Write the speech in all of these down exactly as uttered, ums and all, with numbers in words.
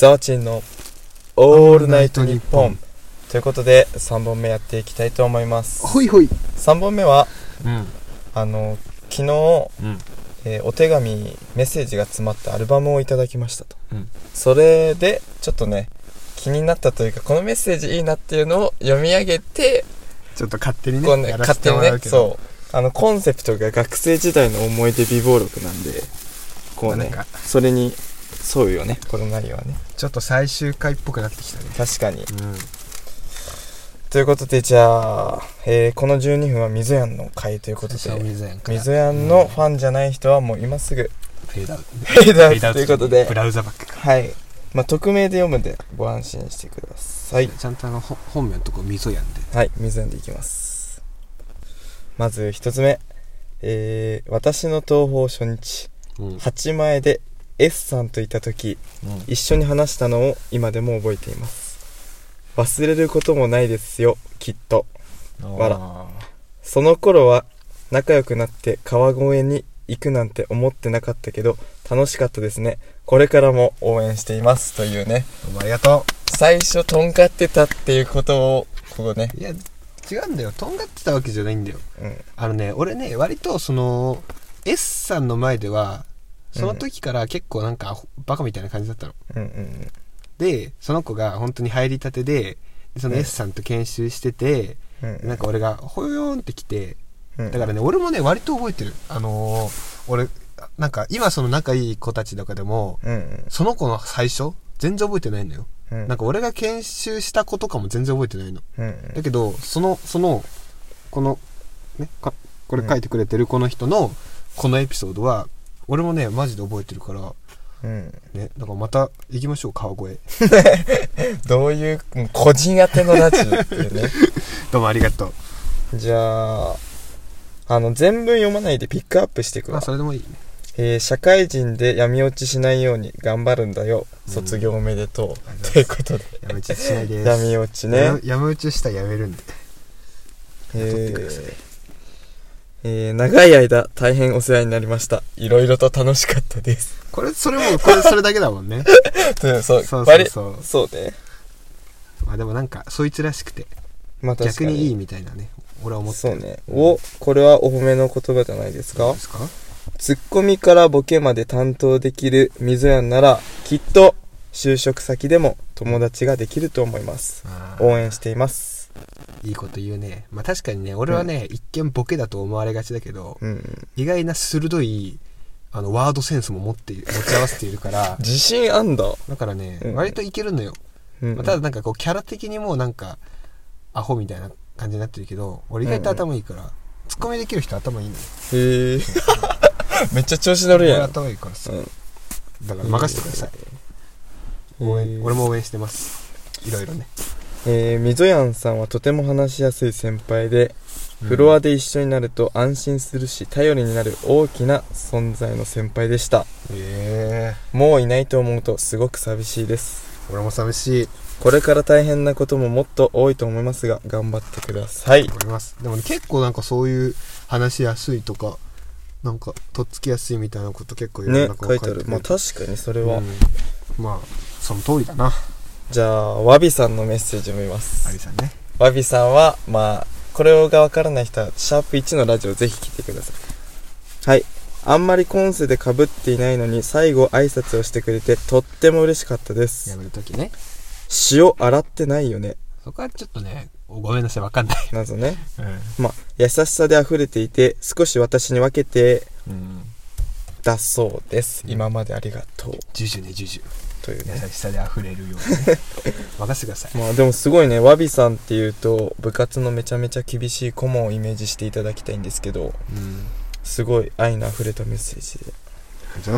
ザワチンのオールナイトニッポンということでさんぼんめやっていきたいと思います。 ほいほい。 さんぼんめは、 うん、 あの昨日、 うんえー、お手紙メッセージが詰まったアルバムをいただきましたと、 うん、それでちょっとね気になったというか、このメッセージいいなっていうのを読み上げて、 ちょっと勝手にね、 こうねやらせてもらうけど、 勝手にね、そうあのコンセプトが学生時代の思い出備忘録なんで、こうね、まあ、それに沿うよね、この内容はね。 ちょっと最終回っぽくなってきたね。 確かに、うん、 ということで、じゃあ、えー、このじゅうにふんはみぞやんの回ということで、 みぞやんみぞやんのファンじゃない人はもう今すぐフェードアウト、 フェードアウトということで、 ブラウザバックか、 はい、まあ、匿名で読むんでご安心してください。 ちゃんとあの本名のとこみぞやんで、 はい、みぞやんでいきます。まず一つ目、えー、私の東宝初日、うん、はちまえで S さんといた時、うん、一緒に話したのを今でも覚えています。忘れることもないですよ、きっと。わら。その頃は仲良くなって川越に行くなんて思ってなかったけど楽しかったですね。これからも応援していますというね。 どうもありがとう。最初とんがってたっていうことをここね。 いや違うんだよ、とんがってたわけじゃないんだよ、うん、あのね、俺ね割とその S さんの前ではその時から結構なんかバカみたいな感じだったの、うんうんうん、でその子が本当に入りたてでその S さんと研修してて、うん、なんか俺がほよーんって来て、うん、だからね俺もね割と覚えてる。あのー、俺なんか今その仲いい子たちとかでも、うんうん、その子の最初全然覚えてないのよ、うん、なんか俺が研修した子とかも全然覚えてないの、うんうん、だけどそのそのこのねかこれ書いてくれてるこの人のこのエピソードは俺もねマジで覚えてるから、うんね、だからまた行きましょう川越どういう個人宛てのラジオっていうねどうもありがとう。じゃああの全文読まないでピックアップしていくわ。 あ、それでもいいね。 えー、社会人で闇落ちしないように頑張るんだよ、うん、卒業おめでとうということで闇落ちしないです。 闇落ちね。 闇落ちしたらやめるんで、 えーえー、長い間大変お世話になりました。いろいろと楽しかったです。 これそれもこれそれだけだもんねそうそうそうそうそうそうね。 まあでもなんかそいつらしくて、まあ、逆にいいみたいなね俺は思ってる。 そうね。お、これはお褒めの言葉じゃないですか。 ですか。 ツッコミからボケまで担当できるみぞやんならきっと就職先でも友達ができると思います。応援しています。 いいこと言うね。まあ確かにね俺はね、うん、一見ボケだと思われがちだけど、うんうん、意外な鋭いあのワードセンスも持って持ち合わせているから自信あんだ。 だからね、うん、割といけるのよ、うんうん、まあ、ただなんかこうキャラ的にもなんかアホみたいな感じになってるけど俺意外と頭いいから、うんうん、ツッコミできる人頭いいのよ。 へえめっちゃ調子乗るやん。 俺頭いいからさ、うん、だから任せてください。応援俺も応援してます。いろいろね。 えー、みぞやんさんはとても話しやすい先輩で、うん、フロアで一緒になると安心するし頼りになる大きな存在の先輩でした。 へー。 もういないと思うとすごく寂しいです。 俺も寂しい。 これから大変なことももっと多いと思いますが頑張ってください。 頑張ります。でも、ね、結構なんかそういう話しやすいとかなんかとっつきやすいみたいなこと結構いろんな子が書いてある、ね、まあ確かにそれは、うん、 まあその通りだな。 じゃあわびさんのメッセージを見ます。 わびさんね。 わびさんはまあこれがわからない人はシャープいちのラジオをぜひ聞いてください。はい。あんまり今世で被っていないのに最後挨拶をしてくれてとっても嬉しかったです。 やめるときね。 塩洗ってないよね。 そこはちょっとねごめんなさいわかんない謎ね、うん、まあ優しさで溢れていて少し私に分けて、うん、だそうです、うん、今までありがとう。 ジュジュねジュジュという、ね、 優しさで溢れるように、ね、任せてください。 まあでもすごいね。わびさんっていうと部活のめちゃめちゃ厳しい顧問をイメージしていただきたいんですけど、うん、すごい愛の溢れたメッセージで。 ありがとうございます。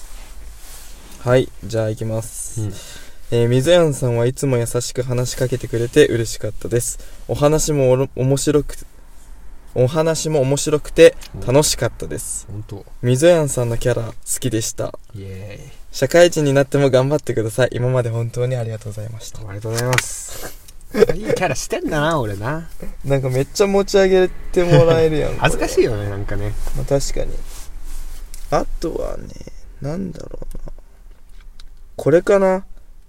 はい、じゃあ行きます、うん。えー、みぞやんさんはいつも優しく話しかけてくれて嬉しかったです。お話もおろ面白くお話も面白くて楽しかったです。 本当。 みぞやんさんのキャラ好きでした。 イエーイ。 社会人になっても頑張ってください。今まで本当にありがとうございました。 ありがとうございます。いいキャラしてんだな俺な。 なんかめっちゃ持ち上げてもらえるやん恥ずかしいよねなんかね。 まあ、確かに。あとはねなんだろうな、これかな。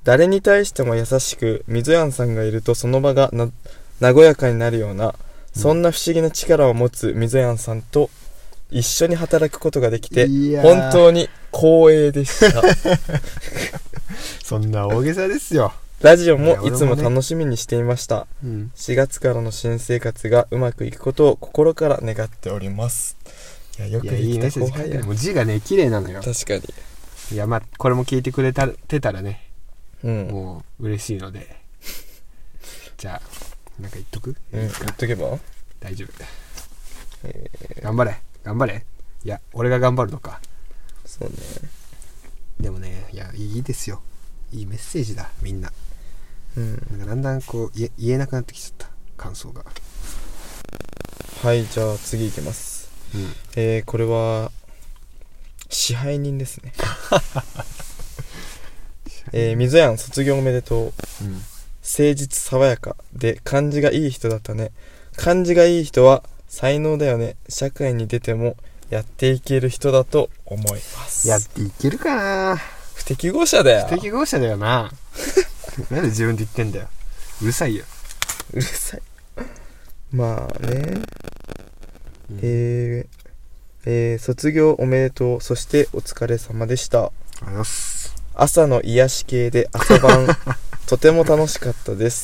誰に対しても優しく、みぞやんさんがいるとその場がな和やかになるような、そんな不思議な力を持つみぞやんさんと一緒に働くことができて本当に光栄でしたそんな大げさですよ。 ラジオもいつも楽しみにしていました、 うん、 しがつからの新生活がうまくいくことを心から願っております。いやよくできた後輩や。 もう字がね綺麗なのよ。 確かに。 いやまあこれも聞いてくれたてたらね、 うん、 もう嬉しいのでじゃあなんか言っとく、 うん、言っとけば大丈夫、 えー、 頑張れ頑張れ。いや俺が頑張るのか。 そうね。 でもね、いやいいですよ、いいメッセージだみんな。うん、なんかだんだんこう言え、言えなくなってきちゃった感想が。 はい、じゃあ次いきます、うん、えー、これは支配人ですねえー、みぞやん卒業おめでとう、うん、誠実爽やかで感じがいい人だったね。感じがいい人は才能だよね。社会に出てもやっていける人だと思います。 やっていけるかな。 不適合者だよ。 不適合者だよななんで自分で言ってんだよ。うるさいよ。 うるさい。まあね、うん、えー、えー、卒業おめでとう。そしてお疲れ様でした。 ありがとうございます。 朝の癒し系で朝晩とても楽しかったです。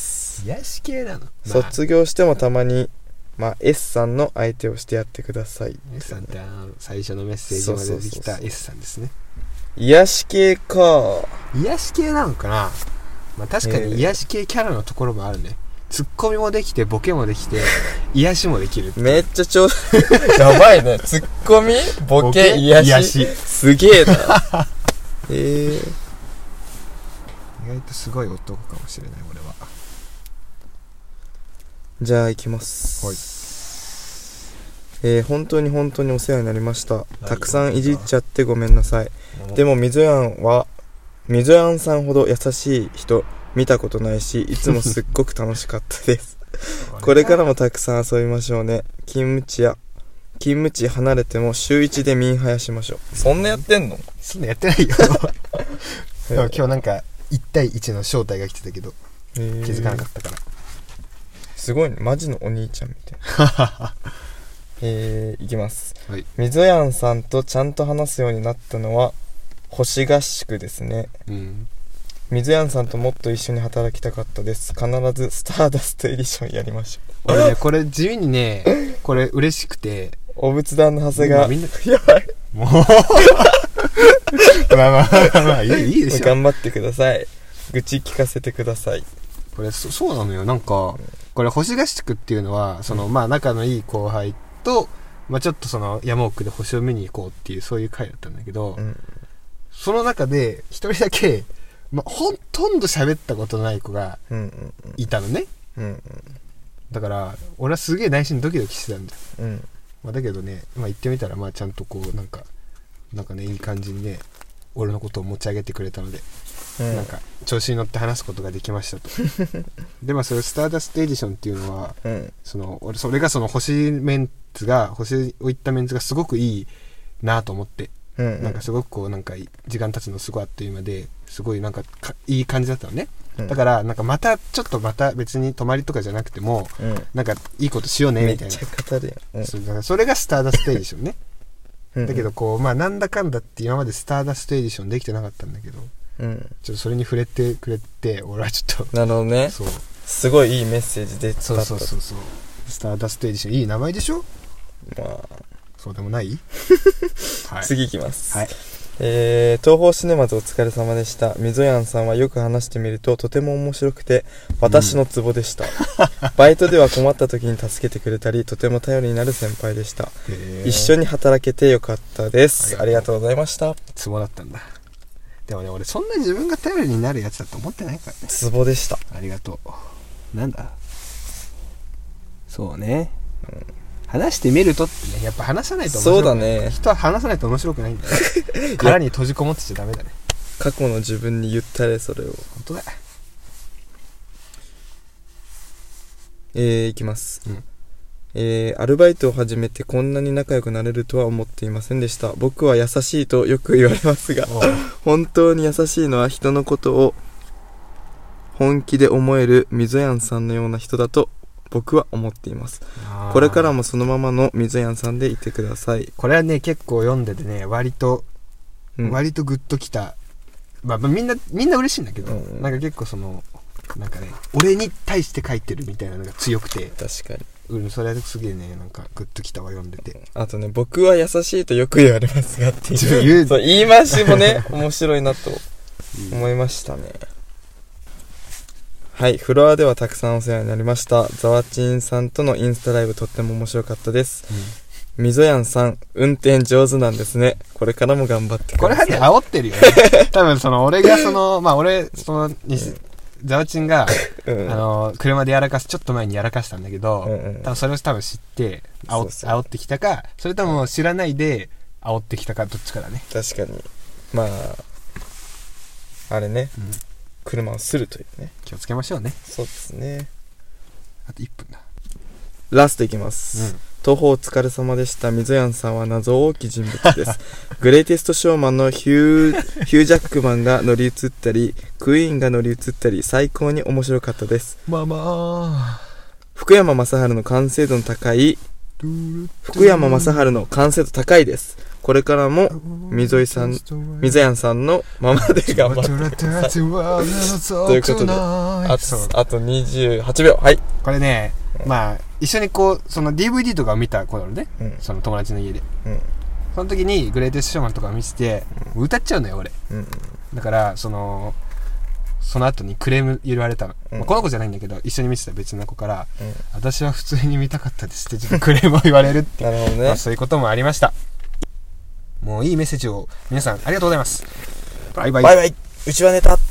癒し系なの、まあ、 卒業してもたまにまあ S さんの相手をしてやってください。 S さんってあの最初のメッセージまでできた S さんですね。 癒し系か。 癒し系なのかな。まあ確かに癒し系キャラのところもあるね。ツッコミもできてボケもできて癒しもできる。 めっちゃちょやばいね。ツッコミボケ癒し、癒しすげえなえー、 意外とすごい男かもしれない俺は。 じゃあ行きます。 はい。 えー、本当に本当にお世話になりました。たくさんいじっちゃってごめんなさい。でもみぞやんはみぞやんさんほど優しい人見たことないし、いつもすっごく楽しかったですこれからもたくさん遊びましょうね。勤務地や勤務地離れても週一でミンハヤしましょう。そんなやってんの？ そんなやってないよでも今日なんかいち対いちの招待が来てたけど気づかなかったから。 すごいね、マジのお兄ちゃんみたいなえー、いきます。 はい。 みぞやんさんとちゃんと話すようになったのは星合宿ですね。うん。みぞやんさんともっと一緒に働きたかったです。必ずスターダストエディションやりましょう。 俺ねこれ地味にねこれ嬉しくて、 お仏壇の長谷がみんなやばいもうまあまあまあまあいい、いいでしょ。 頑張ってください。愚痴聞かせてください。 これ そ, そうなのよ。なんかこれ星合宿っていうのはその、まあ仲のいい後輩と、まあ、ちょっとその山奥で星を見に行こうっていうそういう会だったんだけど、うん、その中で一人だけ、まあ、ほとんど喋ったことない子がいたのね、うんうんうん、だから俺はすげえ内心ドキドキしてたんだよ、うんまあ、だけどね、まあ、行ってみたらまあちゃんとこうなんかなんかねいい感じにね俺のことを持ち上げてくれたので、うん、なんか調子に乗って話すことができましたとでまあそれスターダストエディションっていうのは、うん、その俺それがその星メンツが星をいったメンツがすごくいいなと思って、うんうん、なんかすごくこうなんか時間経つのすごいあっという間ですごいなんかいい感じだったのね、うん、だからなんかまたちょっとまた別に泊まりとかじゃなくても、うん、なんかいいことしようねみたいな。 めっちゃ語るやん、うん、 そ, だからそれがスターダストエディションねだけどこうまあなんだかんだって今までスターダストエディションできてなかったんだけど、うん、ちょっとそれに触れてくれて俺はちょっとなるほどね。 そうすごいいいメッセージで伝わった。そうそうそうそうスターダストエディションいい名前でしょ。 まあそうでもないはい、次いきます、 はいえー、東宝シネマズお疲れ様でした。みぞやんさんはよく話してみるととても面白くて私のツボでした、うん、バイトでは困った時に助けてくれたりとても頼りになる先輩でした。一緒に働けてよかったです。ありがとうございました。 ツボだったんだ。でもね俺そんな自分が頼りになるやつだと思ってないからね。 ツボでした。 ありがとう。なんだそうね、うん話してみるとってね、やっぱ話さないと面白くない。 そうだね。 人は話さないと面白くないんだよ。殻に閉じこもってちゃダメだね。 過去の自分に言ったれそれを。 本当だ。 えー、いきます。うん、えー、アルバイトを始めてこんなに仲良くなれるとは思っていませんでした。僕は優しいとよく言われますが、本当に優しいのは人のことを本気で思えるみぞやんさんのような人だと僕は思っています。これからもそのままのみぞやんさんでいてください。 これはね結構読んでてね割と、うん、割とグッときた。まあみんなみんな嬉しいんだけど、うん、なんか結構そのなんかね俺に対して書いてるみたいなのが強くて、 確かにうん、それすげえねなんかグッときたわ読んでて。 あとね僕は優しいとよく言われますがっていうそう言い回しもね面白いなと思いましたね。はい、フロアではたくさんお世話になりました。ザワチンさんとのインスタライブとっても面白かったです。うん、みぞやんさん運転上手なんですね。これからも頑張ってください。 これはね煽ってるよね多分その俺がそのまあ俺そのザワチンが、うん、あの車でやらかすちょっと前にやらかしたんだけど、うんうん、多分それを多分知って煽そうそう煽ってきたか、それとも知らないで煽ってきたかどっちかだね。 確かにまああれね、うん、車をするというね気をつけましょうね。 そうですね。 あといっぷんだ。 ラストいきます、うん、東宝お疲れ様でした。みぞやんさんは謎多き人物ですグレイテストショーマンのヒューヒュージャックマンが乗り移ったりクイーンが乗り移ったり最高に面白かったです。 まあまあ福山雅治の完成度の高い福山雅治の完成度高いです。これからもみぞいさんみぞやんさんのままで頑張ってくださいということであと、あとにじゅうはちびょう。はい、 これね、うん、まあ一緒にこうその ディーブイディー とかを見た子なのね、うん、その友達の家で、うん、その時にグレイテストショーマンとかを見せて、うん、歌っちゃうのよ俺、うん、だからそのその後にクレーム言われたの、うんまあ、この子じゃないんだけど一緒に見てた別の子から、うん、私は普通に見たかったですってちょっとクレームを言われるっていうなるほどね、 まあ、そういうこともありました。もういいメッセージを皆さんありがとうございます。バイバイバイバイ。うちはネタ。